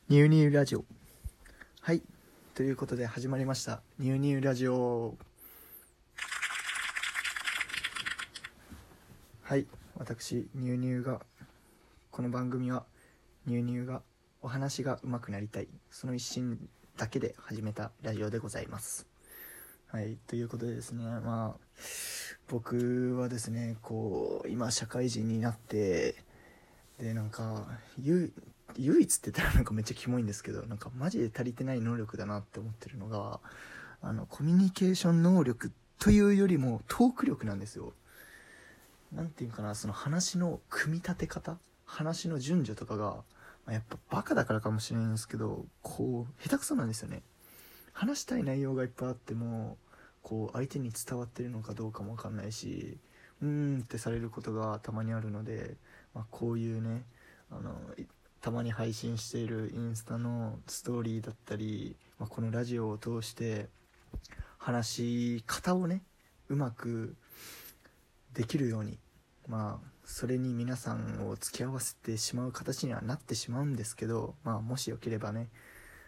ニューニューラジオ。はい、ということで始まりましたニューニューラジオ。はい、私ニューニューが、この番組はニューニューがお話が上手くなりたい、その一心だけで始めたラジオでございます。はい、ということでですね、僕はですね、今社会人になって、でなんか唯一って言ったらなんかめっちゃキモいんですけど、なんかマジで足りてない能力だなって思ってるのが、コミュニケーション能力というよりもトーク力なんですよ。なんていうかな、その話の組み立て方、話の順序とかが、やっぱバカだからかもしれないんですけど、下手くそなんですよね。話したい内容がいっぱいあっても、相手に伝わってるのかどうかもわかんないし、ってされることがたまにあるので、こういうね、たまに配信しているインスタのストーリーだったり、このラジオを通して話し方をね、うまくできるように、それに皆さんを付き合わせてしまう形にはなってしまうんですけど、もしよければね、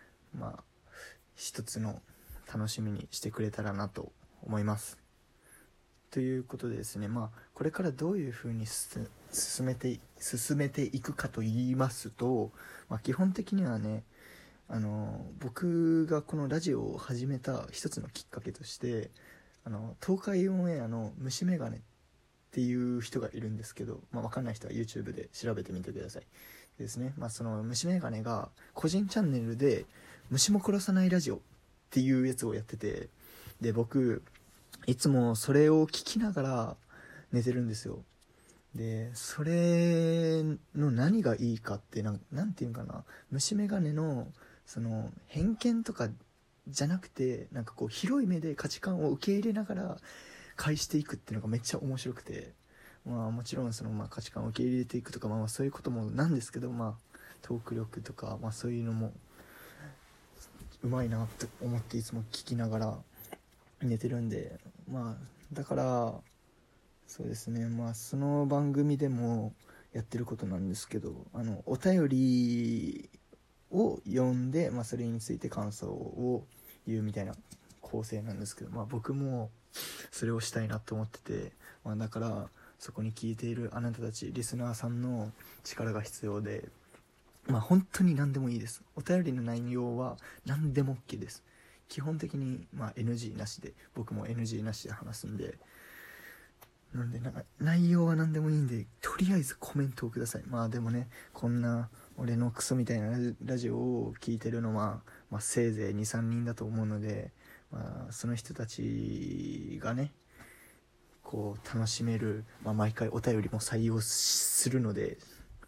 一つの楽しみにしてくれたらなと思います。ということでですね、これからどういう風に進めていくかと言いますと、基本的にはね、僕がこのラジオを始めた一つのきっかけとして、東海オンエアの虫眼鏡っていう人がいるんですけど、分かんない人は YouTube で調べてみてください。でですね、その虫眼鏡が個人チャンネルで虫も殺さないラジオっていうやつをやってて、で僕いつもそれを聞きながら寝てるんですよ。でそれの何がいいかって、なんていうかな、虫眼鏡のその偏見とかじゃなくて、広い目で価値観を受け入れながら返していくっていうのがめっちゃ面白くて、もちろんその価値観を受け入れていくとか、そういうこともなんですけど、トーク力とか、そういうのもうまいなって思っていつも聞きながら寝てるんで、だからそうですね、その番組でもやってることなんですけど、お便りを読んで、それについて感想を言うみたいな構成なんですけど、僕もそれをしたいなと思ってて、だからそこに聞いているあなたたちリスナーさんの力が必要で、本当に何でもいいです。お便りの内容は何でも OK です。基本的にNG なしで、僕も NG なしで話すんで、なんで内容は何でもいいんで、とりあえずコメントをください。でもね、こんな俺のクソみたいなラジオを聞いてるのは、せいぜい 2,3 人だと思うので、その人たちがね、楽しめる、毎回お便りも採用するので、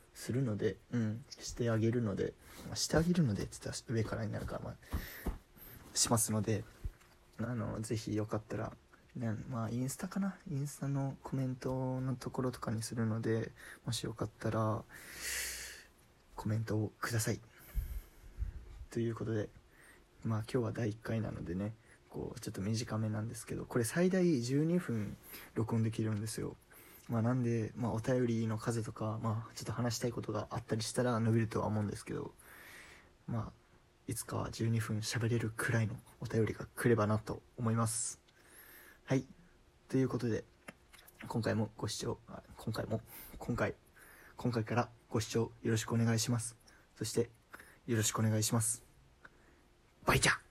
してあげるので、してあげるのでって言ったら上からになるから、しますので、ぜひよかったら、インスタのコメントのところとかにするので、もしよかったらコメントをください。ということで、今日は第1回なのでね、ちょっと短めなんですけど、これ最大12分録音できるんですよ。なんで、お便りの数とか、ちょっと話したいことがあったりしたら伸びるとは思うんですけど、いつかは12分喋れるくらいのお便りが来ればなと思います。はい、ということで、今回からご視聴よろしくお願いします。そしてよろしくお願いします。バイチャー。